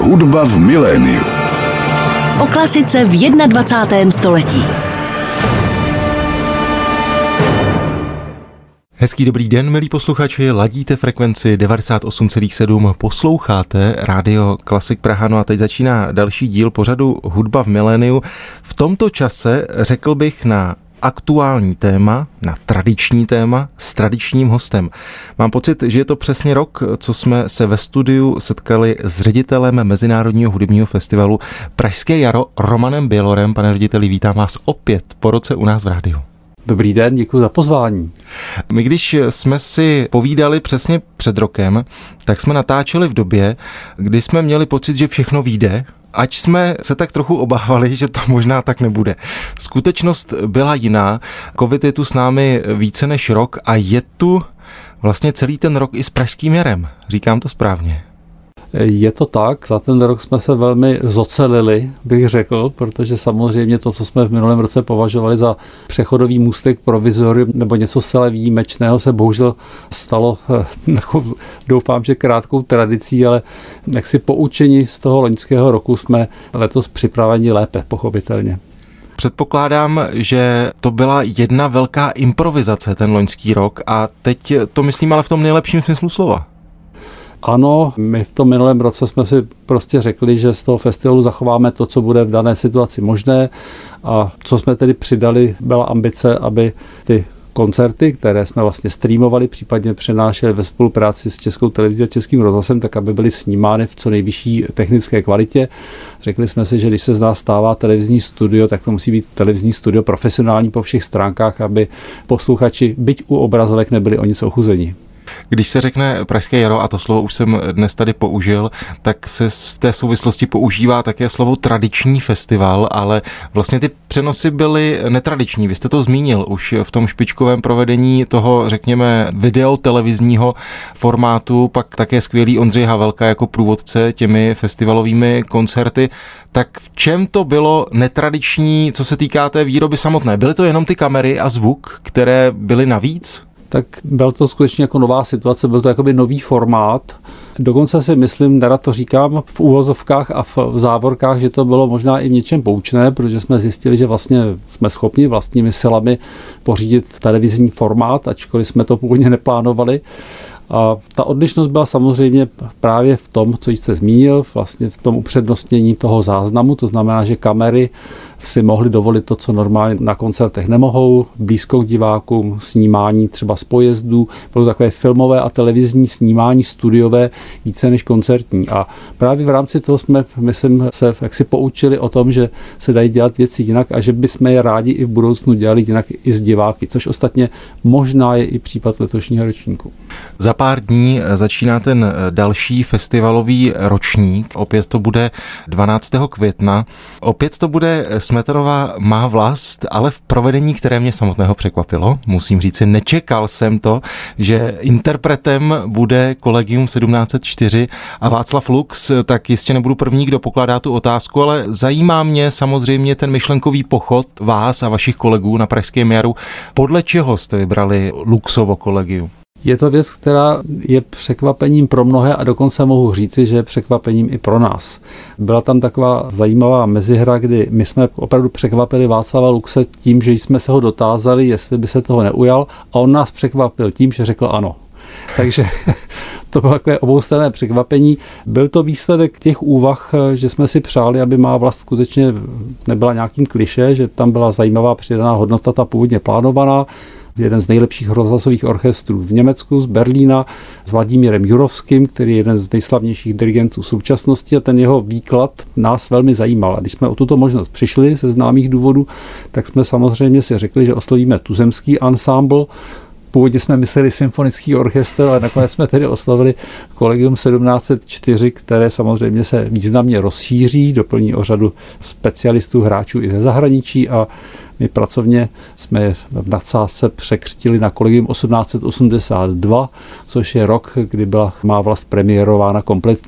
Hudba v miléniu. O klasice v 21. století. Hezký dobrý den, milí posluchači, ladíte frekvenci 98,7, posloucháte Rádio Klasik Praha, no a teď začíná další díl pořadu Hudba v miléniu. V tomto čase řekl bych na aktuální téma, na tradiční téma s tradičním hostem. Mám pocit, že je to přesně rok, co jsme se ve studiu setkali s ředitelem Mezinárodního hudebního festivalu Pražské jaro Romanem Bělorem. Pane řediteli, vítám vás opět po roce u nás v rádiu. Dobrý den, děkuji za pozvání. My když jsme si povídali přesně před rokem, tak jsme natáčeli v době, kdy jsme měli pocit, že všechno vyjde, ať jsme se tak trochu obávali, že to možná tak nebude. Skutečnost byla jiná, covid je tu s námi více než rok a je tu vlastně celý ten rok i s Pražským jarem. Říkám to správně? Je to tak, za ten rok jsme se velmi zocelili, bych řekl, protože samozřejmě to, co jsme v minulém roce považovali za přechodový můstek provizorium nebo něco zcela výjimečného, se bohužel stalo, doufám, že krátkou tradicí, ale jaksi poučení z toho loňského roku jsme letos připraveni lépe, pochopitelně. Předpokládám, že to byla jedna velká improvizace ten loňský rok a teď to myslím ale v tom nejlepším smyslu slova. Ano, my v tom minulém roce jsme si prostě řekli, že z toho festivalu zachováme to, co bude v dané situaci možné, a co jsme tedy přidali, byla ambice, aby ty koncerty, které jsme vlastně streamovali, případně přenášeli ve spolupráci s Českou televizí a Českým rozhlasem, tak aby byly snímány v co nejvyšší technické kvalitě. Řekli jsme si, že když se z nás stává televizní studio, tak to musí být televizní studio profesionální po všech stránkách, aby posluchači, byť u obrazovek, nebyli o nic ochuzeni. Když se řekne Pražské jaro, a to slovo už jsem dnes tady použil, tak se v té souvislosti používá také slovo tradiční festival, ale vlastně ty přenosy byly netradiční. Vy jste to zmínil už v tom špičkovém provedení toho, řekněme, videotelevizního formátu, pak také skvělý Ondřej Havelka jako průvodce těmi festivalovými koncerty. Tak v čem to bylo netradiční, co se týká té výroby samotné? Byly to jenom ty kamery a zvuk, které byly navíc? Tak byl to skutečně jako nová situace, byl to jakoby nový formát. Dokonce si myslím, nerad to říkám v úvozovkách a v závorkách, že to bylo možná i v něčem poučné, protože jsme zjistili, že vlastně jsme schopni vlastními silami pořídit televizní formát, ačkoliv jsme to původně neplánovali. A ta odlišnost byla samozřejmě právě v tom, co jste zmínil, vlastně v tom upřednostnění toho záznamu, to znamená, že kamery si mohly dovolit to, co normálně na koncertech nemohou, blízko k divákům, snímání třeba z pojezdů, bylo takové filmové a televizní snímání studiové více než koncertní. A právě v rámci toho jsme, myslím, se jaksi poučili o tom, že se dají dělat věci jinak a že bychom je rádi i v budoucnu dělali jinak i s diváky, což ostatně možná je i případ letošního ročníku. Za pár dní začíná ten další festivalový ročník, opět to bude 12. května, opět to bude Smetanova Má vlast, ale v provedení, které mě samotného překvapilo. Musím říci, nečekal jsem to, že interpretem bude Collegium 1704 a Václav Lux, tak jistě nebudu první, kdo pokládá tu otázku, ale zajímá mě samozřejmě ten myšlenkový pochod vás a vašich kolegů na Pražském jaru. Podle čeho jste vybrali Luxovo Collegium? Je to věc, která je překvapením pro mnohé a dokonce mohu říci, že je překvapením i pro nás. Byla tam taková zajímavá mezihra, kdy my jsme opravdu překvapili Václava Luxe tím, že jsme se ho dotázali, jestli by se toho neujal, a on nás překvapil tím, že řekl ano. Takže to bylo takové oboustranné překvapení. Byl to výsledek těch úvah, že jsme si přáli, aby Má vlast skutečně nebyla nějakým klišé, že tam byla zajímavá přidaná hodnota, ta původně plánovaná. Jeden z nejlepších rozhlasových orchestrů v Německu, z Berlína, s Vladimírem Jurovským, který je jeden z nejslavnějších dirigentů současnosti, a ten jeho výklad nás velmi zajímal. A když jsme o tuto možnost přišli ze známých důvodů, tak jsme samozřejmě si řekli, že oslovíme tuzemský ansámbl. Původně jsme mysleli symfonický orchestr, ale nakonec jsme tedy oslovili Collegium 1704, které samozřejmě se významně rozšíří, doplní o řadu specialistů, hráčů i ze zahraničí, a my pracovně jsme v nadsázce překřtili na Collegium 1882, což je rok, kdy byla Má vlast premiérována kompletní.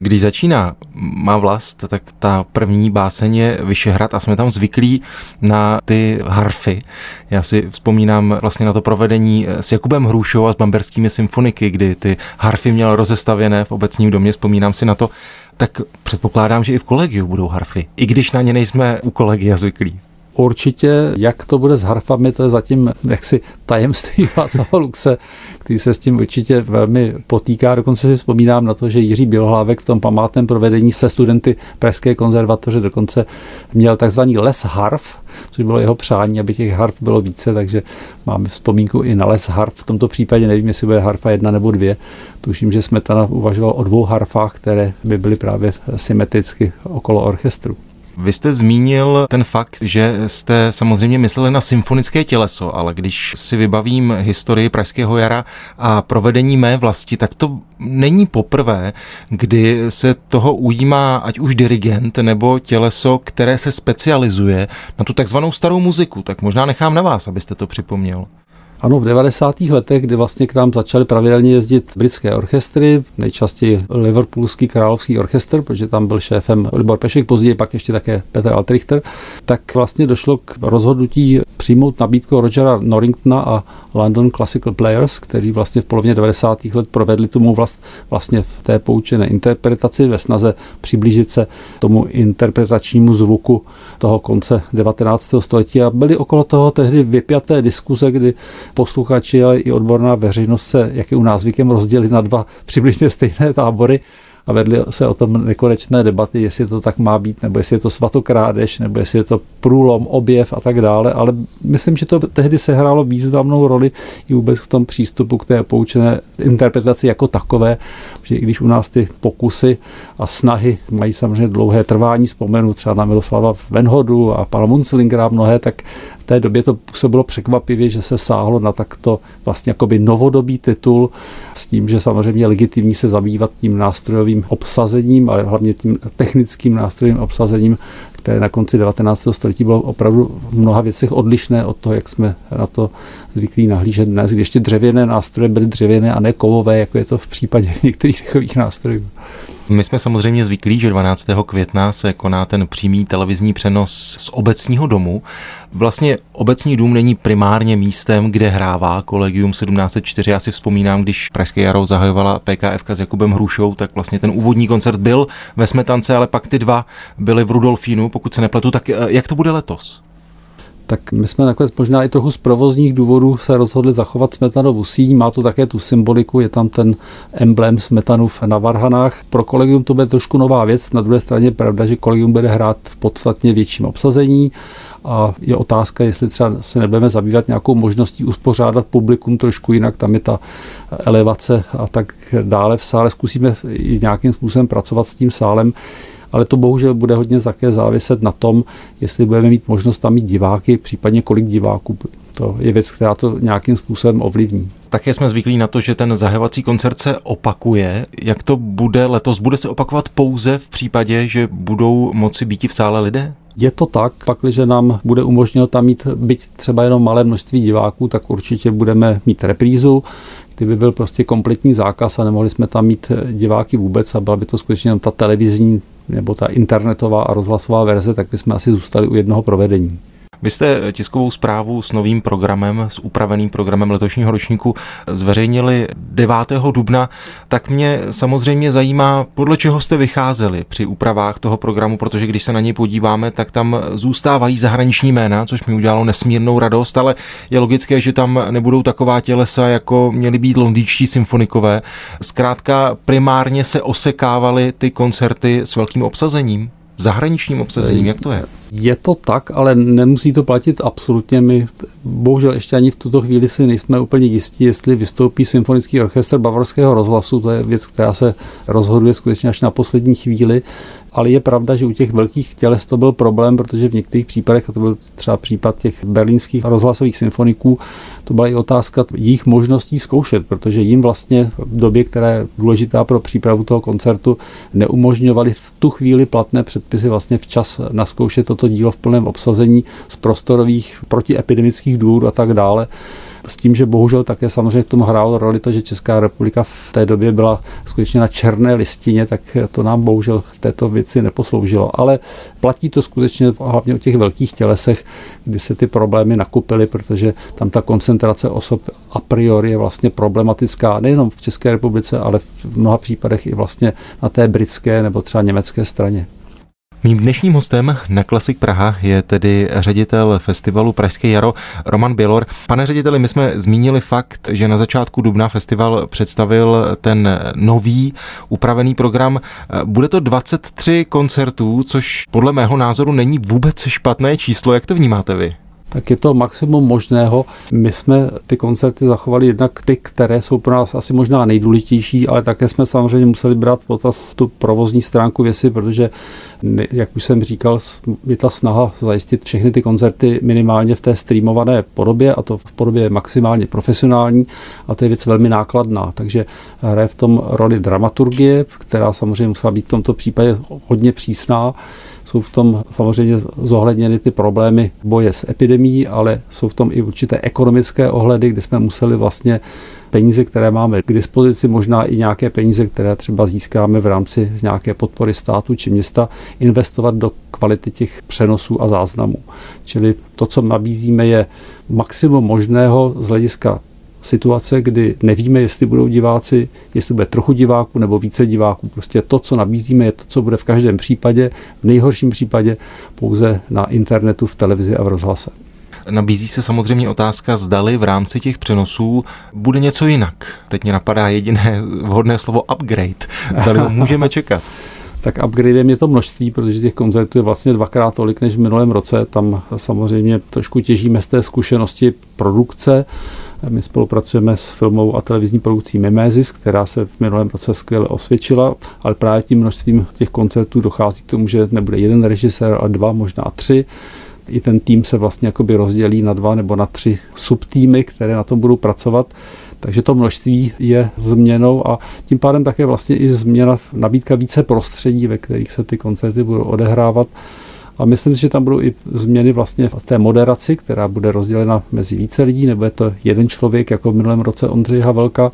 Když začíná Má vlast, tak ta první báseň je Vyšehrad a jsme tam zvyklí na ty harfy. Já si vzpomínám vlastně na to provedení s Jakubem Hrušou a s Bamberskými symfoniky, kdy ty harfy měl rozestavěné v obecním domě, vzpomínám si na to. Tak předpokládám, že i v kolegiu budou harfy, i když na ně nejsme u kolegia zvyklí. Určitě, jak to bude s harfami, to je zatím jaksi tajemství Václava Luxe, který se s tím určitě velmi potýká. Dokonce si vzpomínám na to, že Jiří Bělohlávek v tom památném provedení se studenty Pražské konzervatoře dokonce měl takzvaný les harf, což bylo jeho přání, aby těch harf bylo více, takže máme vzpomínku i na les harf. V tomto případě nevím, jestli bude harfa 1 nebo 2. Tuším, že Smetana uvažoval o 2 harfách, které by byly právě symetricky okolo orchestru. Vy jste zmínil ten fakt, že jste samozřejmě mysleli na symfonické těleso, ale když si vybavím historii Pražského jara a provedení Mé vlasti, tak to není poprvé, kdy se toho ujímá ať už dirigent nebo těleso, které se specializuje na tu takzvanou starou muziku. Tak možná nechám na vás, abyste to připomněl. Ano, v 90. letech, kdy vlastně k nám začaly pravidelně jezdit britské orchestry, nejčastěji Liverpoolský královský orchestr, protože tam byl šéfem Libor Pešek, později pak ještě také Petr Altrichter, tak vlastně došlo k rozhodnutí přijmout nabídku Rogera Norringtona a London Classical Players, kteří vlastně v polovině 90. let provedli tomu vlastně v té poučené interpretaci ve snaze přiblížit se tomu interpretačnímu zvuku toho konce 19. století a byly okolo toho tehdy vypjaté diskuze, kdy posluchači, ale i odborná veřejnost se, jak je u nás zvykem, rozdělili na 2 přibližně stejné tábory a vedly se o tom nekonečné debaty, jestli to tak má být, nebo jestli je to svatokrádež, nebo jestli je to průlom, objev a tak dále, ale myslím, že to tehdy sehrálo významnou roli i vůbec v tom přístupu k té poučené interpretaci jako takové, že i když u nás ty pokusy a snahy mají samozřejmě dlouhé trvání, vzpomenu třeba na Miloslava Venhodu a pana Munzlingera mnohé, tak v té době to působilo překvapivě, že se sáhlo na takto vlastně jakoby novodobý titul s tím, že samozřejmě je legitimní se zabývat tím nástrojovým obsazením, ale hlavně tím technickým nástrojovým obsazením, které na konci 19. století bylo opravdu v mnoha věcech odlišné od toho, jak jsme na to zvyklí nahlížet dnes, když ještě dřevěné nástroje byly dřevěné a ne kovové, jako je to v případě některých dechových nástrojů. My jsme samozřejmě zvyklí, že 12. května se koná ten přímý televizní přenos z obecního domu. Vlastně obecní dům není primárně místem, kde hrává Collegium 1704. Já si vzpomínám, když Pražské jaro zahajovala PKFK s Jakubem Hrušou, tak vlastně ten úvodní koncert byl ve Smetance, ale pak ty 2 byly v Rudolfínu, pokud se nepletu. Tak jak to bude letos? Tak my jsme nakonec možná i trochu z provozních důvodů se rozhodli zachovat Smetanovu síň. Má to také tu symboliku, je tam ten emblém Smetanův na varhanách. Pro Collegium to bude trošku nová věc. Na druhé straně je pravda, že Collegium bude hrát v podstatně větším obsazení a je otázka, jestli třeba se nebudeme zabývat nějakou možností uspořádat publikum trošku jinak. Tam je ta elevace a tak dále v sále. Zkusíme i nějakým způsobem pracovat s tím sálem. Ale to bohužel bude hodně také záviset na tom, jestli budeme mít možnost tam mít diváky, případně kolik diváků. To je věc, která to nějakým způsobem ovlivní. Také jsme zvyklí na to, že ten zahajovací koncert se opakuje. Jak to bude letos? Bude se opakovat pouze v případě, že budou moci být v sále lidé? Je to tak, pakliže nám bude umožněno tam mít byť třeba jenom malé množství diváků, tak určitě budeme mít reprízu. Kdyby byl prostě kompletní zákaz a nemohli jsme tam mít diváky vůbec a byla by to skutečně jenom ta televizní nebo ta internetová a rozhlasová verze, tak bychom asi zůstali u jednoho provedení. Vy jste tiskovou zprávu s novým programem, s upraveným programem letošního ročníku zveřejnili 9. dubna, tak mě samozřejmě zajímá, podle čeho jste vycházeli při úpravách toho programu, protože když se na něj podíváme, tak tam zůstávají zahraniční jména, což mi udělalo nesmírnou radost, ale je logické, že tam nebudou taková tělesa, jako měly být londýnští symfonikové. Zkrátka primárně se osekávaly ty koncerty s velkým obsazením. Zahraničním obsazením, jak to je? Je to tak, ale nemusí to platit absolutně. My bohužel ještě ani v tuto chvíli si nejsme úplně jistí, jestli vystoupí symfonický orchestr Bavorského rozhlasu. To je věc, která se rozhoduje skutečně až na poslední chvíli. Ale je pravda, že u těch velkých těles to byl problém, protože v některých případech, a to byl třeba případ těch berlínských rozhlasových symfoniků, to byla i otázka jejich možností zkoušet, protože jim vlastně v době, která je důležitá pro přípravu toho koncertu, neumožňovali v tu chvíli platné předpisy vlastně včas naskoušet toto dílo v plném obsazení z prostorových protiepidemických důvodů a tak dále. S tím, že bohužel také samozřejmě v tom hrálo roli to, že Česká republika v té době byla skutečně na černé listině, tak to nám bohužel v této věci neposloužilo. Ale platí to skutečně hlavně o těch velkých tělesech, kdy se ty problémy nakupily, protože tam ta koncentrace osob a priori je vlastně problematická nejenom v České republice, ale v mnoha případech i vlastně na té britské nebo třeba německé straně. Mým dnešním hostem na Klasik Praha je tedy ředitel festivalu Pražské jaro Roman Bělor. Pane řediteli, my jsme zmínili fakt, že na začátku dubna festival představil ten nový upravený program. Bude to 23 koncertů, což podle mého názoru není vůbec špatné číslo. Jak to vnímáte vy? Tak je to maximum možného. My jsme ty koncerty zachovali jednak ty, které jsou pro nás asi možná nejdůležitější, ale také jsme samozřejmě museli brát v potaz tu provozní stránku věci, protože, jak už jsem říkal, je ta snaha zajistit všechny ty koncerty minimálně v té streamované podobě, a to v podobě maximálně profesionální, a to je věc velmi nákladná. Takže hraje v tom roli dramaturgie, která samozřejmě musela být v tomto případě hodně přísná. Jsou v tom samozřejmě zohledněny ty problémy boje s epidemií, ale jsou v tom i určité ekonomické ohledy, kde jsme museli vlastně peníze, které máme k dispozici, možná i nějaké peníze, které třeba získáme v rámci nějaké podpory státu či města, investovat do kvality těch přenosů a záznamů. Čili to, co nabízíme, je maximum možného z hlediska situace, kdy nevíme, jestli budou diváci, jestli bude trochu diváků nebo více diváků. Prostě to, co nabízíme, je to, co bude v každém případě, v nejhorším případě pouze na internetu, v televizi a v rozhlase. Nabízí se samozřejmě otázka, zdali v rámci těch přenosů bude něco jinak. Teď mě napadá jediné vhodné slovo upgrade. Zdali ho můžeme čekat. Tak upgradem je to množství, protože těch koncertů je vlastně 2x tolik než v minulém roce. Tam samozřejmě trošku těžíme z té zkušenosti produkce. My spolupracujeme s filmovou a televizní produkcí Mimesis, která se v minulém roce skvěle osvědčila, ale právě tím množstvím těch koncertů dochází k tomu, že nebude jeden režisér, ale 2, možná 3. I ten tým se vlastně jakoby rozdělí na 2 nebo na 3 subtýmy, které na tom budou pracovat. Takže to množství je změnou a tím pádem také vlastně i změna, nabídka více prostředí, ve kterých se ty koncerty budou odehrávat. A myslím si, že tam budou i změny vlastně v té moderaci, která bude rozdělena mezi více lidí, nebo je to jeden člověk, jako v minulém roce Ondřej Havelka.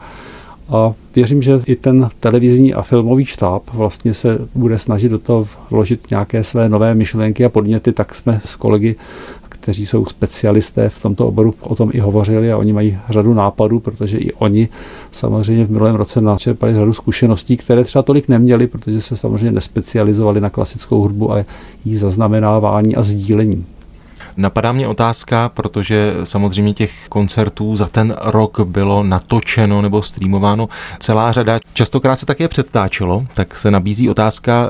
A věřím, že i ten televizní a filmový štáb vlastně se bude snažit do toho vložit nějaké své nové myšlenky a podněty, tak jsme s kolegy, kteří jsou specialisté v tomto oboru, o tom i hovořili a oni mají řadu nápadů, protože i oni samozřejmě v minulém roce načerpali řadu zkušeností, které třeba tolik neměli, protože se samozřejmě nespecializovali na klasickou hudbu a její zaznamenávání a sdílení. Napadá mě otázka, protože samozřejmě těch koncertů za ten rok bylo natočeno nebo streamováno celá řada. Častokrát se také předtáčelo, tak se nabízí otázka,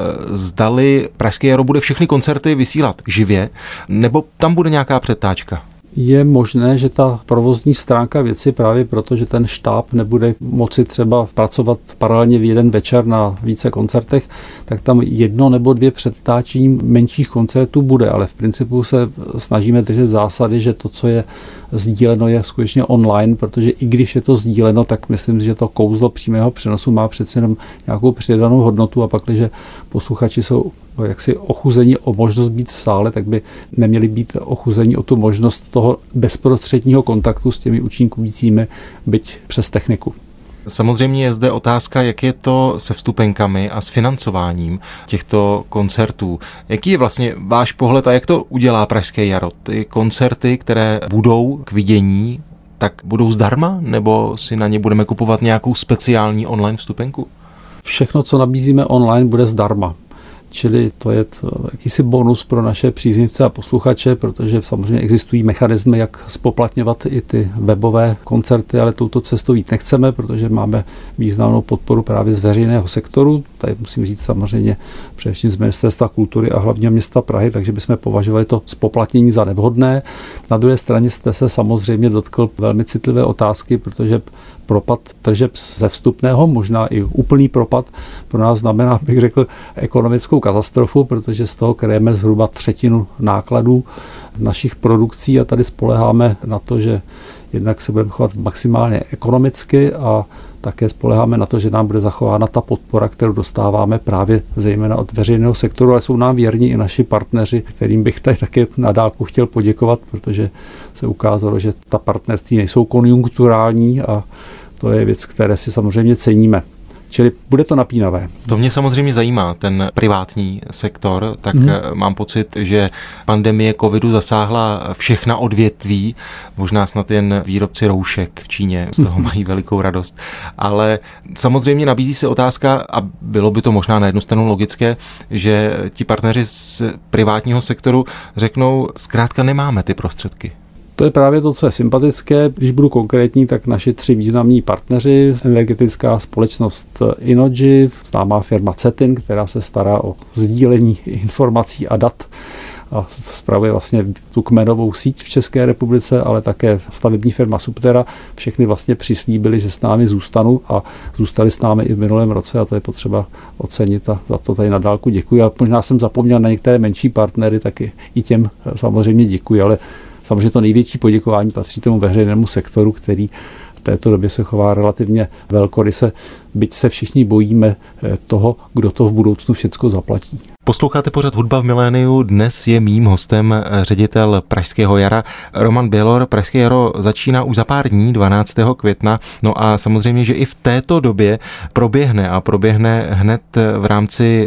zdali Pražské jaro bude všechny koncerty vysílat živě, nebo tam bude nějaká předtáčka. Je možné, že ta provozní stránka věci právě proto, že ten štáb nebude moci třeba pracovat paralelně v jeden večer na více koncertech, tak tam 1 nebo 2 předtáčení menších koncertů bude, ale v principu se snažíme držet zásady, že to, co je sdíleno, je skutečně online, protože i když je to sdíleno, tak myslím, že to kouzlo přímého přenosu má přece jenom nějakou přidanou hodnotu a pak, když posluchači jsou jaksi ochuzení o možnost být v sále, tak by neměli být ochuzení o tu možnost toho bezprostředního kontaktu s těmi účinkujícími, byť přes techniku. Samozřejmě je zde otázka, jak je to se vstupenkami a s financováním těchto koncertů. Jaký je vlastně váš pohled a jak to udělá Pražské jaro? Ty koncerty, které budou k vidění, tak budou zdarma, nebo si na ně budeme kupovat nějakou speciální online vstupenku? Všechno, co nabízíme online, bude zdarma. Čili to je jakýsi bonus pro naše příznivce a posluchače, protože samozřejmě existují mechanismy, jak spoplatňovat i ty webové koncerty, ale touto cestou jít nechceme, protože máme významnou podporu právě z veřejného sektoru. Tady musím říct samozřejmě především z Ministerstva kultury a hlavního města Prahy, takže bychom považovali to spoplatnění za nevhodné. Na druhé straně jste se samozřejmě dotkl velmi citlivé otázky, protože propad tržeb ze vstupného, možná i úplný propad, pro nás znamená, bych řekl, ekonomickou katastrofu, protože z toho kryjeme zhruba 1/3 nákladů našich produkcí a tady spoléháme na to, že jednak se budeme chovat maximálně ekonomicky a také spoléháme na to, že nám bude zachována ta podpora, kterou dostáváme právě zejména od veřejného sektoru, ale jsou nám věrní i naši partneři, kterým bych tady také na dálku chtěl poděkovat, protože se ukázalo, že ta partnerství nejsou konjunkturální a to je věc, které si samozřejmě ceníme. Čili bude to napínavé. To mě samozřejmě zajímá, ten privátní sektor, tak mám pocit, že pandemie covidu zasáhla všechna odvětví, možná snad jen výrobci roušek v Číně z toho mají velikou radost, ale samozřejmě nabízí se otázka, a bylo by to možná na jednu stranu logické, že ti partneři z privátního sektoru řeknou, zkrátka nemáme ty prostředky. To je právě to, co je sympatické. Když budu konkrétní, tak naši 3 významní partneři, energetická společnost Innogy, známá firma Cetin, která se stará o sdílení informací a dat a spravuje vlastně tu kmenovou síť v České republice, ale také stavební firma Subterra. Všechny vlastně přislíbili, že s námi zůstanou a zůstali s námi i v minulém roce a to je potřeba ocenit a za to tady na dálku děkuji. A možná jsem zapomněl na některé menší partnery, taky i těm samozřejmě děkuji, ale samozřejmě to největší poděkování patří tomu veřejnému sektoru, který v této době se chová relativně velkoryse, byť se všichni bojíme toho, kdo to v budoucnu všecko zaplatí. Posloucháte pořad Hudba v miléniu. Dnes je mým hostem ředitel Pražského jara Roman Bělor. Pražské jaro začíná už za pár dní, 12. května. No a samozřejmě, že i v této době proběhne hned v rámci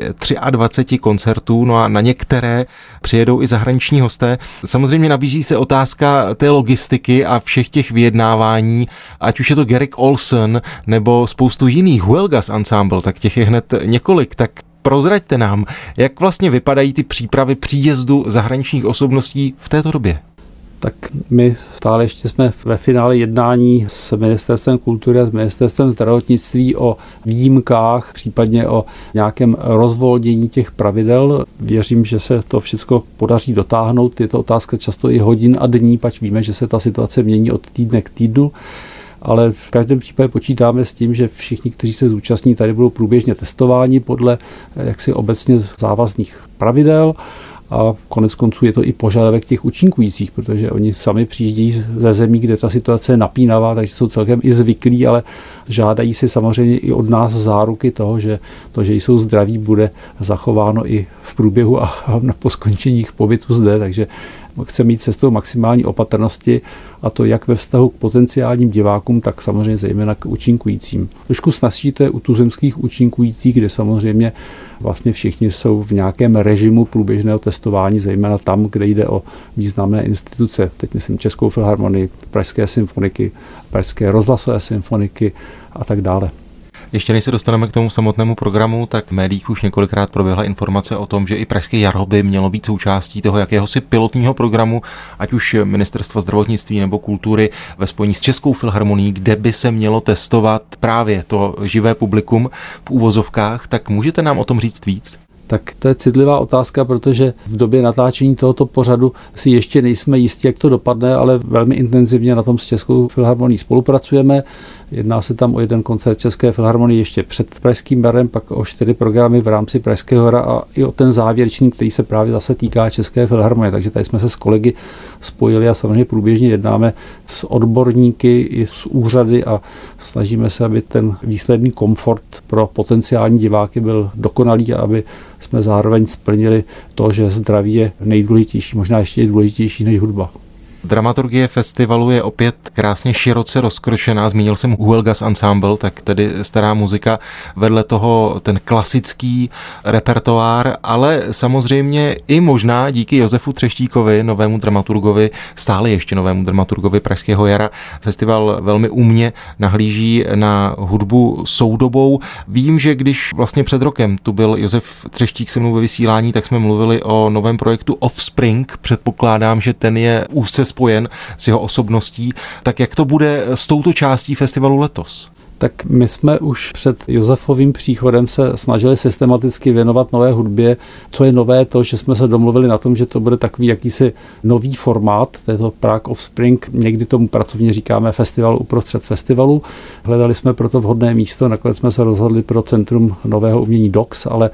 23 koncertů, no a na některé přijedou i zahraniční hosté. Samozřejmě nabízí se otázka té logistiky a všech těch vyjednávání, ať už je to Garrick Olsen nebo spoustu jiných, Huelgas Ensemble, tak těch je hned několik, tak prozraďte nám, jak vlastně vypadají ty přípravy příjezdu zahraničních osobností v této době. Tak my stále ještě jsme ve finále jednání s Ministerstvem kultury a s Ministerstvem zdravotnictví o výjimkách, případně o nějakém rozvolnění těch pravidel. Věřím, že se to všechno podaří dotáhnout. Je to otázka často i hodin a dní, pač víme, že se ta situace mění od týdne k týdnu. Ale v každém případě počítáme s tím, že všichni, kteří se zúčastní, tady budou průběžně testováni podle jaksi obecně závazných pravidel a konec konců je to i požadavek těch účinkujících, protože oni sami přijíždějí ze zemí, kde ta situace je napínavá, takže jsou celkem i zvyklí, ale žádají si samozřejmě i od nás záruky toho, že to, že jsou zdraví, bude zachováno i v průběhu a po skončení jejich pobytu zde, takže chce mít cestou maximální opatrnosti a to jak ve vztahu k potenciálním divákům, tak samozřejmě zejména k účinkujícím. Trošku snazší to je u tuzemských účinkujících, kde samozřejmě vlastně všichni jsou v nějakém režimu průběžného testování, zejména tam, kde jde o významné instituce. Teď myslím Českou filharmonii, Pražské symfoniky, Pražské rozhlasové symfoniky a tak dále. Ještě než se dostaneme k tomu samotnému programu, tak v médiích už několikrát proběhla informace o tom, že i Pražské jaro by mělo být součástí toho jakéhosi pilotního programu, ať už Ministerstva zdravotnictví nebo kultury ve spojení s Českou filharmonií, kde by se mělo testovat právě to živé publikum v úvozovkách. Tak můžete nám o tom říct víc? Tak to je citlivá otázka, protože v době natáčení tohoto pořadu si ještě nejsme jistí, jak to dopadne, ale velmi intenzivně na tom s Českou filharmonií spolupracujeme. Jedná se tam o jeden koncert České filharmonie ještě před Pražským jarem, pak o 4 programy v rámci Pražského jara a i o ten závěrečný, který se právě zase týká České filharmonie. Takže tady jsme se s kolegy spojili a samozřejmě průběžně jednáme s odborníky i s úřady a snažíme se, aby ten výsledný komfort pro potenciální diváky byl dokonalý a aby jsme zároveň splnili to, že zdraví je nejdůležitější, možná ještě důležitější než hudba. Dramaturgie festivalu je opět krásně široce rozkročená. Zmínil jsem Huelgas Ensemble, tak tedy stará muzika, vedle toho ten klasický repertoár, ale samozřejmě i možná díky Josefu Třeštíkovi, novému dramaturgovi, stále ještě novému dramaturgovi Pražského jara. Festival velmi umně nahlíží na hudbu soudobou. Vím, že když vlastně před rokem tu byl Josef Třeštík se mnou ve vysílání, tak jsme mluvili o novém projektu Offspring. Předpokládám, že ten je úzce spojen s jeho osobností. Tak jak to bude s touto částí festivalu letos? Tak my jsme už před Josefovým příchodem se snažili systematicky věnovat nové hudbě. Co je nové, to, že jsme se domluvili na tom, že to bude takový jakýsi nový formát, to je to Prague Offspring, někdy tomu pracovně říkáme festival uprostřed festivalu. Hledali jsme proto vhodné místo, nakonec jsme se rozhodli pro Centrum nového umění DOX, ale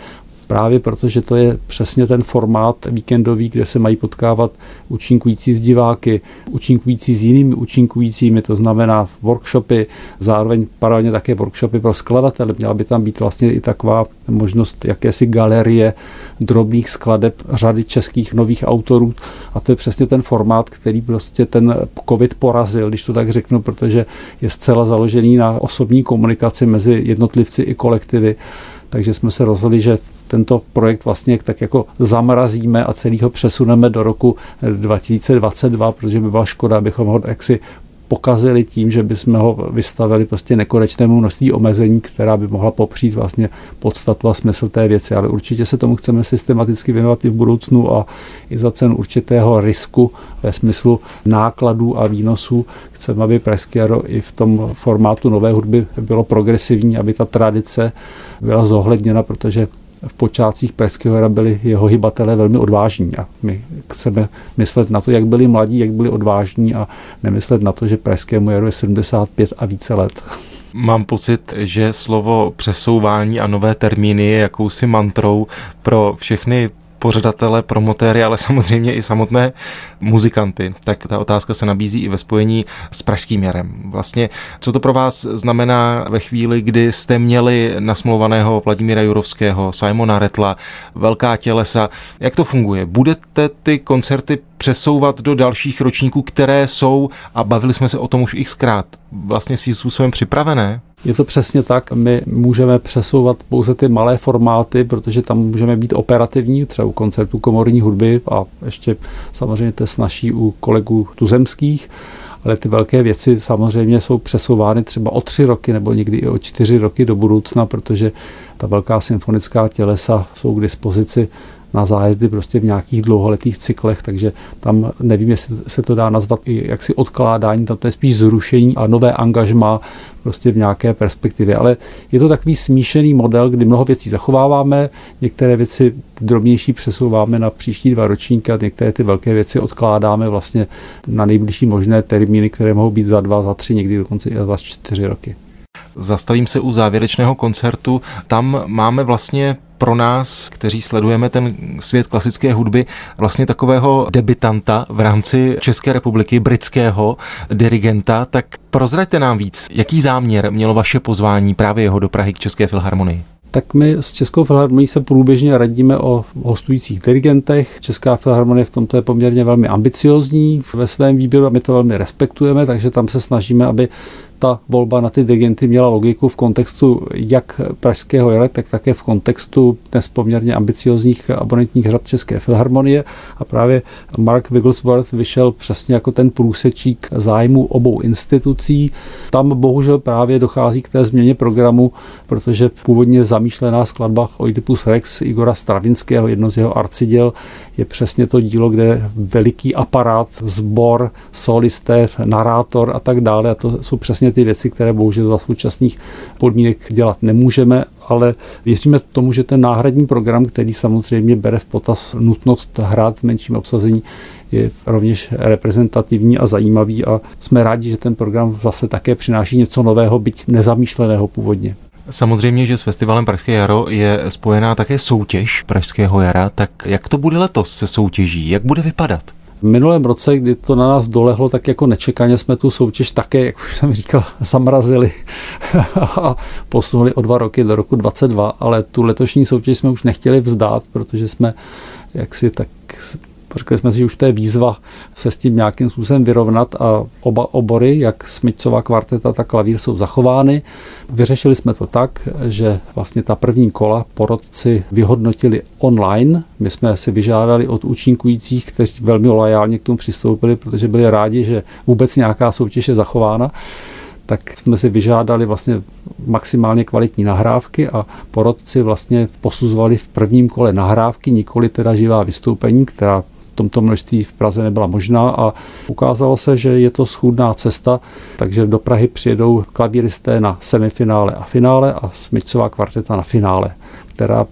právě protože to je přesně ten formát víkendový, kde se mají potkávat účinkující s diváky, účinkující s jinými účinkujícími, to znamená workshopy, zároveň paralelně také workshopy pro skladatele. Měla by tam být vlastně i taková možnost jakési galerie drobných skladeb řady českých nových autorů a to je přesně ten formát, který prostě ten covid porazil, když to tak řeknu, protože je zcela založený na osobní komunikaci mezi jednotlivci i kolektivy. Takže jsme se rozhodli, že tento projekt vlastně tak jako zamrazíme a celý ho přesuneme do roku 2022, protože by byla škoda, abychom ho jaksi pokazili tím, že bychom ho vystavili prostě nekonečnému množství omezení, která by mohla popřít vlastně podstatu a smysl té věci. Ale určitě se tomu chceme systematicky věnovat i v budoucnu a i za cenu určitého risku ve smyslu nákladů a výnosů. Chceme, aby Pražské jaro i v tom formátu nové hudby bylo progresivní, aby ta tradice byla zohledněna, protože v počátcích Pražského jara byli jeho hybatelé velmi odvážní a my chceme myslet na to, jak byli mladí, jak byli odvážní a nemyslet na to, že Pražskému jaru je 75 a více let. Mám pocit, že slovo přesouvání a nové termíny je jakousi mantrou pro všechny pořadatele, promotéry, ale samozřejmě i samotné muzikanty. Tak ta otázka se nabízí i ve spojení s Pražským jarem. Vlastně, co to pro vás znamená ve chvíli, kdy jste měli nasmlouvaného Vladimíra Jurovského, Simona Rattla, velká tělesa. Jak to funguje? Budete ty koncerty přesouvat do dalších ročníků, které jsou, a bavili jsme se o tom už xkrát, vlastně svým způsobem připravené? Je to přesně tak. My můžeme přesouvat pouze ty malé formáty, protože tam můžeme být operativní, třeba u koncertů komorní hudby a ještě samozřejmě to je snazší u kolegů tuzemských, ale ty velké věci samozřejmě jsou přesouvány třeba o 3 roky nebo někdy i o 4 roky do budoucna, protože ta velká symfonická tělesa jsou k dispozici na zájezdy prostě v nějakých dlouholetých cyklech, takže tam nevím, jestli se to dá nazvat i jaksi odkládání, tam to je spíš zrušení a nové angažmá prostě v nějaké perspektivě, ale je to takový smíšený model, kdy mnoho věcí zachováváme, některé věci drobnější přesouváme na příští 2 ročníky a některé ty velké věci odkládáme vlastně na nejbližší možné termíny, které mohou být za 2, za 3, někdy dokonce i za 4 roky. Zastavím se u závěrečného koncertu. Tam máme vlastně pro nás, kteří sledujeme ten svět klasické hudby, vlastně takového debutanta v rámci České republiky, britského dirigenta. Tak prozraďte nám víc, jaký záměr mělo vaše pozvání právě jeho do Prahy k České filharmonii? Tak my s Českou filharmonií se průběžně radíme o hostujících dirigentech. Česká filharmonie v tomto je poměrně velmi ambiciozní ve svém výběru a my to velmi respektujeme, takže tam se snažíme, aby ta volba na ty dirigenty měla logiku v kontextu jak Pražského jara, tak také v kontextu dnes poměrně ambiciozních abonentních řad České filharmonie a právě Mark Wigglesworth vyšel přesně jako ten průsečík zájmu obou institucí. Tam bohužel právě dochází k té změně programu, protože původně zamýšlená skladba Oidipus Rex Igora Stravinského, jedno z jeho arciděl, je přesně to dílo, kde je veliký aparát, sbor, solisté, narátor a tak dále a to jsou přesně ty věci, které bohužel za současných podmínek dělat nemůžeme, ale věříme tomu, že ten náhradní program, který samozřejmě bere v potaz nutnost hrát v menším obsazení, je rovněž reprezentativní a zajímavý a jsme rádi, že ten program zase také přináší něco nového, byť nezamýšleného původně. Samozřejmě, že s festivalem Pražské jaro je spojená také soutěž Pražského jara, tak jak to bude letos se soutěží? Jak bude vypadat? V minulém roce, kdy to na nás dolehlo, tak jako nečekaně jsme tu soutěž také, jak už jsem říkal, zamrazili a posunuli o 2 roky do roku 2022, ale tu letošní soutěž jsme už nechtěli vzdát, protože jsme jaksi tak řekli jsme si, že už to je výzva se s tím nějakým způsobem vyrovnat a oba obory, jak smyčcová kvarteta, tak klavír jsou zachovány. Vyřešili jsme to tak, že vlastně ta první kola porotci vyhodnotili online. My jsme si vyžádali od účinkujících, kteří velmi loajálně k tomu přistoupili, protože byli rádi, že vůbec nějaká soutěž je zachována. Tak jsme si vyžádali vlastně maximálně kvalitní nahrávky a porotci vlastně posuzovali v prvním kole nahrávky, nikoli teda živá vystoupení, která v tomto množství v Praze nebyla možná a ukázalo se, že je to schůdná cesta, takže do Prahy přijedou klavíristé na semifinále a finále a smyčcová kvarteta na finále, která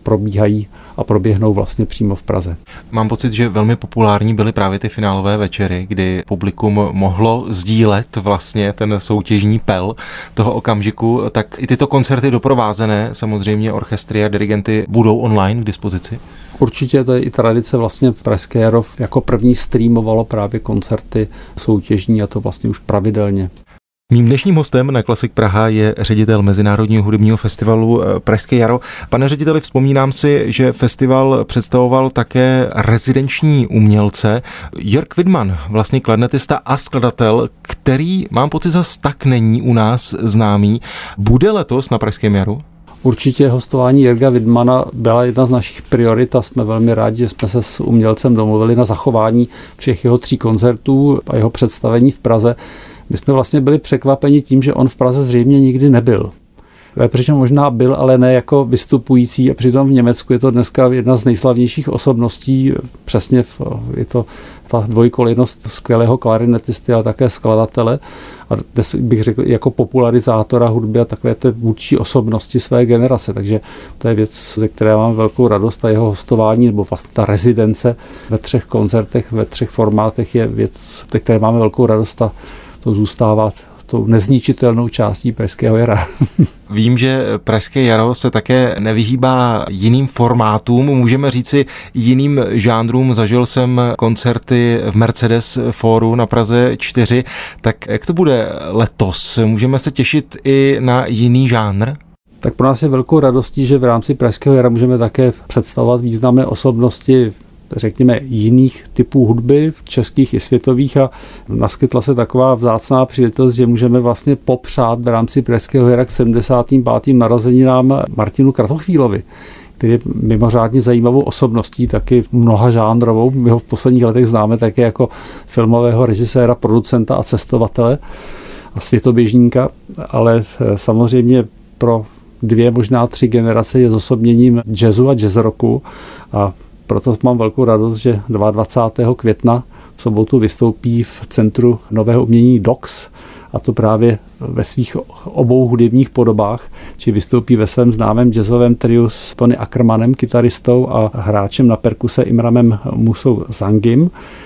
probíhají a proběhnou vlastně přímo v Praze. Mám pocit, že velmi populární byly právě ty finálové večery, kdy publikum mohlo sdílet vlastně ten soutěžní pel toho okamžiku, tak i tyto koncerty doprovázené, samozřejmě orchestry a dirigenty, budou online k dispozici? Určitě to je i tradice, vlastně Pražské jaro jako první streamovalo právě koncerty soutěžní a to vlastně už pravidelně. Mým dnešním hostem na Klasik Praha je ředitel Mezinárodního hudebního festivalu Pražské jaro. Pane řediteli, vzpomínám si, že festival představoval také rezidenční umělce. Jörg Widmann, vlastně klarnetista a skladatel, který, mám pocit, zas tak není u nás známý, bude letos na Pražském jaru? Určitě hostování Jörga Widmanna byla jedna z našich priorit a jsme velmi rádi, že jsme se s umělcem domluvili na zachování všech jeho 3 koncertů a jeho představení v Praze. My jsme vlastně byli překvapeni tím, že on v Praze zřejmě nikdy nebyl. Protože možná byl, ale ne jako vystupující a přitom v Německu je to dneska jedna z nejslavnějších osobností. Přesně je to ta dvojkolejnost skvělého klarinetisty, ale také skladatele. A dnes bych řekl jako popularizátora hudby a takové té vůdčí osobnosti své generace. Takže to je věc, ze které mám velkou radost a jeho hostování, nebo vlastně ta rezidence ve 3 koncertech, ve 3 formátech je věc, ze které máme velkou radost a to zůstává tou nezničitelnou částí Pražského jara. Vím, že Pražské jaro se také nevyhýbá jiným formátům, můžeme říci jiným žánrům. Zažil jsem koncerty v Mercedes Fóru na Praze 4. Tak jak to bude letos? Můžeme se těšit i na jiný žánr? Tak pro nás je velkou radostí, že v rámci Pražského jara můžeme také představovat významné osobnosti, řekněme, jiných typů hudby, českých i světových, a naskytla se taková vzácná příležitost, že můžeme vlastně popřát v rámci Pražského jara k 75. narozeninám Martinu Kratochvílovi, který je mimořádně zajímavou osobností, taky mnohažánrovou. My ho v posledních letech známe také jako filmového režiséra, producenta a cestovatele a světoběžníka, ale samozřejmě pro 2, možná 3 generace je zosobněním jazzu a jazz rocku a proto mám velkou radost, že 22. května v sobotu vystoupí v Centru nového umění DOX, a to právě ve svých obou hudebních podobách, či vystoupí ve svém známém jazzovém triu s Tony Ackermanem, kytaristou, a hráčem na perkuse Imramem Musou Zangim.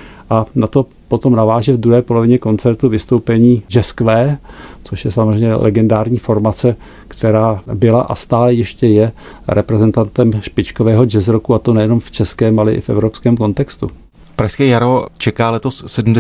A na to potom naváže v druhé polovině koncertu vystoupení Jazz Q, což je samozřejmě legendární formace, která byla a stále ještě je reprezentantem špičkového jazz rocku, a to nejenom v českém, ale i v evropském kontextu. Pražské jaro čeká letos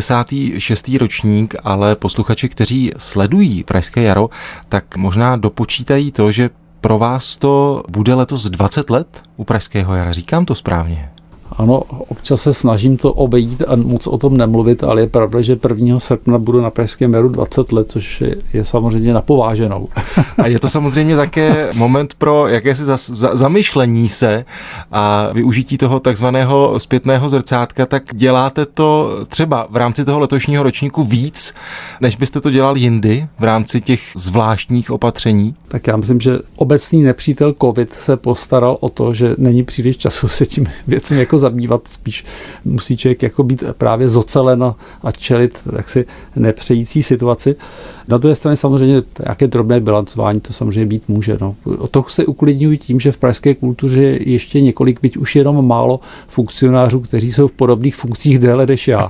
76. ročník, ale posluchači, kteří sledují Pražské jaro, tak možná dopočítají to, že pro vás to bude letos 20 let u Pražského jara. Říkám to správně? Ano, občas se snažím to obejít a moc o tom nemluvit, ale je pravda, že 1. srpna budu na Pražském jaru 20 let, což je samozřejmě napováženou. A je to samozřejmě také moment pro jakési zamyšlení se a využití toho takzvaného zpětného zrcátka. Tak děláte to třeba v rámci toho letošního ročníku víc, než byste to dělal jindy v rámci těch zvláštních opatření? Tak já myslím, že obecný nepřítel COVID se postaral o to, že není příliš času se tím věcmi jako zabývat, spíš musí člověk jako být právě zocelen a čelit jaksi nepřející situaci. Na druhé straně samozřejmě nějaké drobné bilancování to samozřejmě být může. No. O to se uklidňuji tím, že v pražské kultuře je ještě několik, byť už jenom málo funkcionářů, kteří jsou v podobných funkcích déle než já.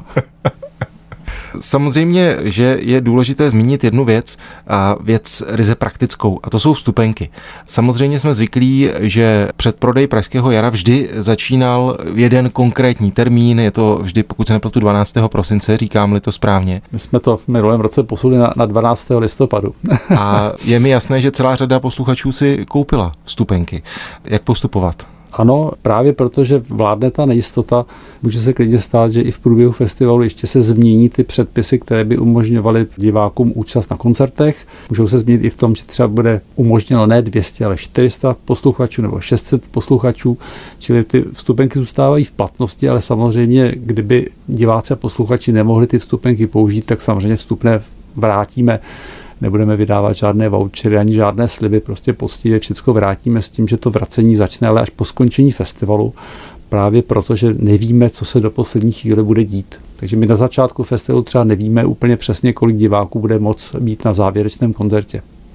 Samozřejmě, že je důležité zmínit jednu věc a věc ryze praktickou, a to jsou vstupenky. Samozřejmě jsme zvyklí, že předprodej Pražského jara vždy začínal jeden konkrétní termín, je to vždy, pokud se nepletu, 12. prosince, říkám-li to správně. My jsme to v minulém roce posunuli na 12. listopadu. A je mi jasné, že celá řada posluchačů si koupila vstupenky. Jak postupovat? Ano, právě protože vládne ta nejistota, může se klidně stát, že i v průběhu festivalu ještě se změní ty předpisy, které by umožňovaly divákům účast na koncertech. Můžou se změnit i v tom, že třeba bude umožněno ne 200, ale 400 posluchačů nebo 600 posluchačů, čili ty vstupenky zůstávají v platnosti, ale samozřejmě, kdyby diváci a posluchači nemohli ty vstupenky použít, tak samozřejmě vstupné vrátíme. Nebudeme vydávat žádné vouchery ani žádné sliby, prostě poctivě všechno vrátíme s tím, že to vracení začne ale až po skončení festivalu, právě proto, že nevíme, co se do poslední chvíle bude dít. Takže my na začátku festivalu třeba nevíme úplně přesně, kolik diváků bude moct být na závěrečném koncertě.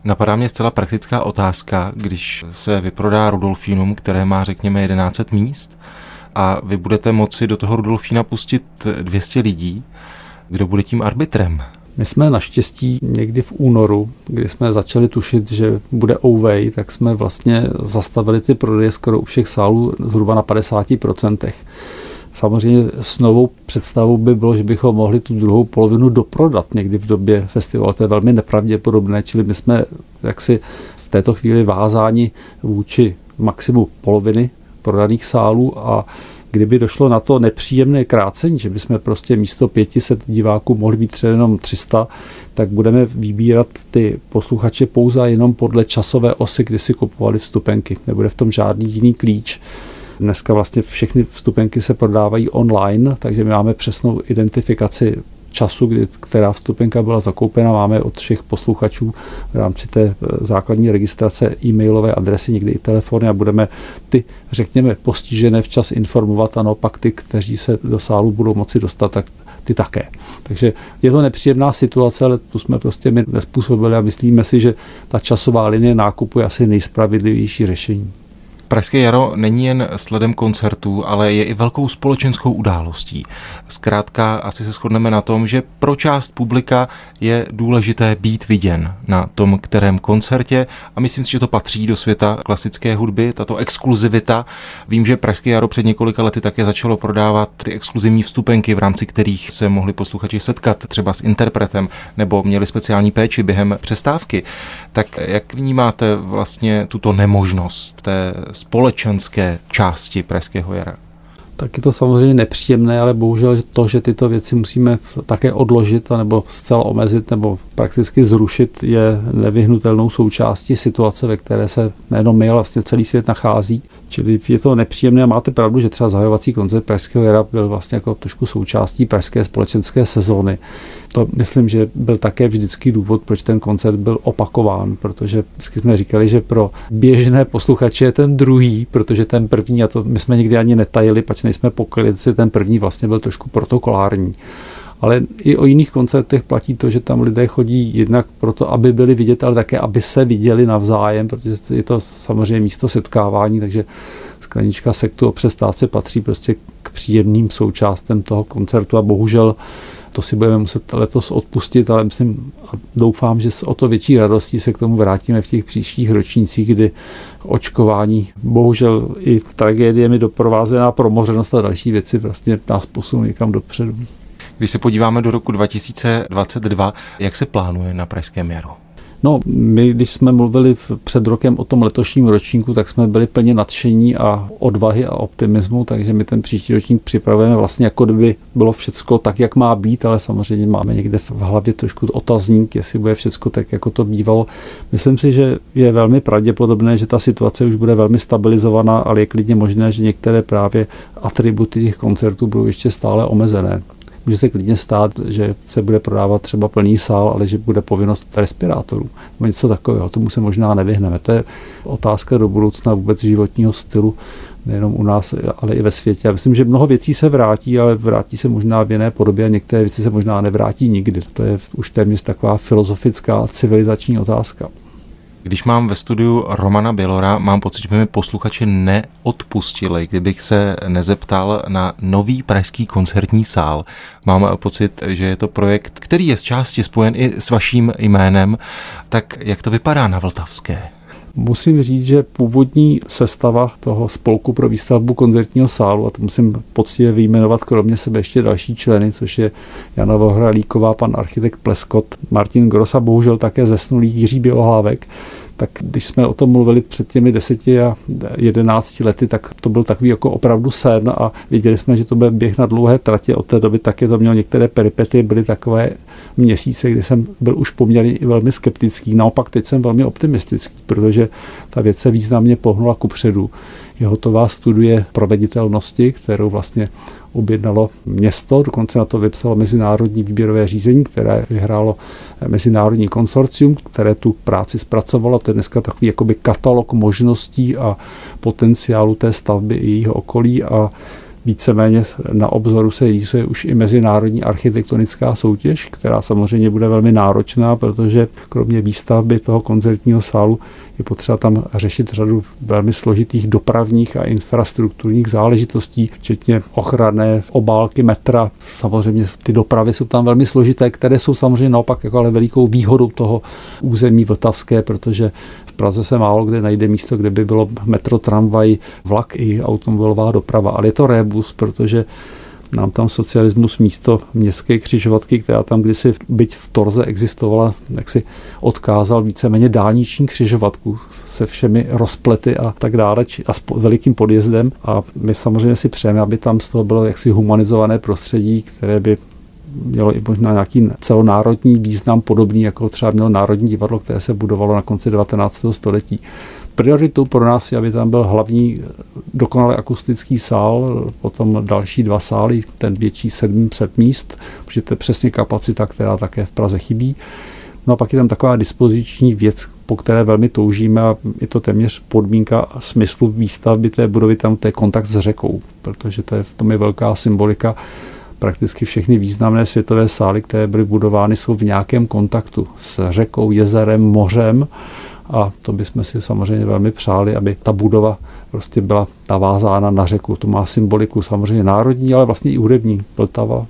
Napadá mě zcela praktická otázka, když se vyprodá Rudolfínum, které má řekněme 1100 míst a vy budete moci do toho Rudolfína pustit 200 lidí, kdo bude tím arbitrem? My jsme naštěstí někdy v únoru, kdy jsme začali tušit, že bude Ouvej, tak jsme vlastně zastavili ty prodeje skoro u všech sálů zhruba na 50%. Samozřejmě s novou představou by bylo, že bychom mohli tu druhou polovinu doprodat někdy v době festivalu. To je velmi nepravděpodobné, čili my jsme jaksi v této chvíli vázáni vůči maximu poloviny prodaných sálů a kdyby došlo na to nepříjemné krácení, že bychom prostě místo 500 diváků mohli být třeba jenom 300, tak budeme vybírat ty posluchače pouze jenom podle časové osy, kdy si kupovali vstupenky. Nebude v tom žádný jiný klíč. Dneska vlastně všechny vstupenky se prodávají online, takže my máme přesnou identifikaci času, která vstupenka byla zakoupena, máme od všech posluchačů v rámci té základní registrace e-mailové adresy, někdy i telefony a budeme ty, řekněme, postižené včas informovat a naopak ty, kteří se do sálu budou moci dostat, tak ty také. Takže je to nepříjemná situace, ale tu jsme prostě my nezpůsobili a myslíme si, že ta časová linie nákupu je asi nejspravedlivější řešení. Pražské jaro není jen sledem koncertů, ale je i velkou společenskou událostí. Zkrátka asi se shodneme na tom, že pro část publika je důležité být viděn na tom kterém koncertě a myslím si, že to patří do světa klasické hudby, tato exkluzivita. Vím, že Pražské jaro před několika lety také začalo prodávat ty exkluzivní vstupenky, v rámci kterých se mohli posluchači setkat třeba s interpretem nebo měli speciální péči během přestávky. Tak jak vnímáte vlastně tuto nemožnost té společenské části Pražského jara? Tak je to samozřejmě nepříjemné, ale bohužel to, že tyto věci musíme také odložit nebo zcela omezit nebo prakticky zrušit, je nevyhnutelnou součástí situace, ve které se nejenom my, ale vlastně celý svět nachází. Čili je to nepříjemné a máte pravdu, že třeba zahajovací koncert Pražského jara byl vlastně jako trošku součástí pražské společenské sezóny. To myslím, že byl také vždycky důvod, proč ten koncert byl opakován, protože vždycky jsme říkali, že pro běžné posluchače je ten druhý, protože ten první, a to my jsme nikdy ani netajili, pač nejsme pokrytci, ten první vlastně byl trošku protokolární. Ale i o jiných koncertech platí to, že tam lidé chodí jednak proto, aby byli vidět, ale také, aby se viděli navzájem, protože je to samozřejmě místo setkávání, takže sklenička sektu o přestávce patří prostě k příjemným součástem toho koncertu a bohužel to si budeme muset letos odpustit, ale myslím a doufám, že s o to větší radostí se k tomu vrátíme v těch příštích ročnících, kdy očkování, bohužel i tragédiemi doprovázená promořenost a další věci vlastně nás posunou někam dopředu. Když se podíváme do roku 2022, jak se plánuje na Pražském jaru? No, my, když jsme mluvili před rokem o tom letošním ročníku, tak jsme byli plně nadšení a odvahy a optimismu, takže my ten příští ročník připravujeme vlastně jako kdyby bylo všecko tak, jak má být, ale samozřejmě máme někde v hlavě trošku otazník, jestli bude všecko tak, jako to bývalo. Myslím si, že je velmi pravděpodobné, že ta situace už bude velmi stabilizovaná, ale je klidně možné, že některé právě atributy těch koncertů budou ještě stále omezené. Může se klidně stát, že se bude prodávat třeba plný sál, ale že bude povinnost respirátorů. Nebo něco takového, tomu se možná nevyhneme. To je otázka do budoucna vůbec životního stylu, nejenom u nás, ale i ve světě. Já myslím, že mnoho věcí se vrátí, ale vrátí se možná v jiné podobě a některé věci se možná nevrátí nikdy. To je už téměř taková filozofická civilizační otázka. Když mám ve studiu Romana Bělora, mám pocit, že by mi posluchači neodpustili, kdybych se nezeptal na nový pražský koncertní sál. Mám pocit, že je to projekt, který je z části spojen i s vaším jménem. Tak jak to vypadá na Vltavské? Musím říct, že původní sestava toho spolku pro výstavbu koncertního sálu, a to musím poctivě vyjmenovat kromě sebe ještě další členy, což je Jana Vohralíková, pan architekt Pleskot, Martin Gross a bohužel také zesnulý Jiří Bělohlávek, tak když jsme o tom mluvili před těmi 10 a 11 lety, tak to byl takový jako opravdu sen a viděli jsme, že to bude běh na dlouhé tratě. Od té doby taky to mělo některé peripety, byly takové měsíce, kdy jsem byl už poměrně i velmi skeptický. Naopak teď jsem velmi optimistický, protože ta věc se významně pohnula kupředu. Je hotová studie proveditelnosti, kterou vlastně objednalo město, dokonce na to vypsalo mezinárodní výběrové řízení, které vyhrálo mezinárodní konsorcium, které tu práci zpracovalo. To je dneska takový jakoby katalog možností a potenciálu té stavby i jejího okolí a Víceméně na obzoru se rýsuje už i mezinárodní architektonická soutěž, která samozřejmě bude velmi náročná, protože kromě výstavby toho koncertního sálu je potřeba tam řešit řadu velmi složitých dopravních a infrastrukturních záležitostí, včetně ochranné obálky metra. Samozřejmě ty dopravy jsou tam velmi složité, které jsou samozřejmě naopak jako ale velikou výhodou toho území vltavské, protože v Praze se málo kde najde místo, kde by bylo metro, tramvaj, vlak i automobilová doprava. Ale je to rébus, protože nám tam socialismus místo městské křižovatky, která tam kdysi byť v torze existovala, jak si odkázal víceméně dálniční křižovatku se všemi rozplety a tak dále a s velikým podjezdem. A my samozřejmě si přejeme, aby tam z toho bylo jaksi humanizované prostředí, které by mělo i možná nějaký celonárodní význam podobný, jako třeba mělo Národní divadlo, které se budovalo na konci 19. století. Prioritou pro nás je, aby tam byl hlavní dokonale akustický sál, potom další 2 sály, ten větší 700 míst, protože to je přesně kapacita, která také v Praze chybí. No a pak je tam taková dispoziční věc, po které velmi toužíme a je to téměř podmínka smyslu výstavby té budovy, tam to je kontakt s řekou, protože to je, v tom je velká symbolika. Prakticky všechny významné světové sály, které byly budovány, jsou v nějakém kontaktu s řekou, jezerem, mořem a to bychom si samozřejmě velmi přáli, aby ta budova prostě byla navázána na řeku. To má symboliku samozřejmě národní, ale vlastně i hudební. Vltava.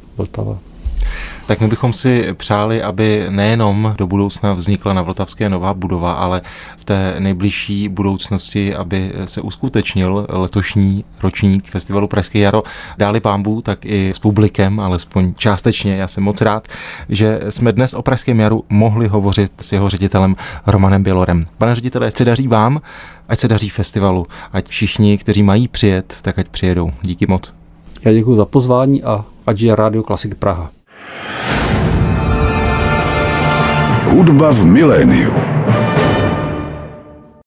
Tak my bychom si přáli, aby nejenom do budoucna vznikla na Vltavské nová budova, ale v té nejbližší budoucnosti, aby se uskutečnil letošní ročník festivalu Pražské jaro. Dáli pánbůh, tak i s publikem, alespoň částečně. Já jsem moc rád, že jsme dnes o Pražském jaru mohli hovořit s jeho ředitelem Romanem Bělorem. Pane ředitele, ať se daří vám, ať se daří festivalu, ať všichni, kteří mají přijet, tak ať přijedou. Díky moc. Já děkuji za pozvání a ať je Rádio Klasik Praha. Hudba v miléniu.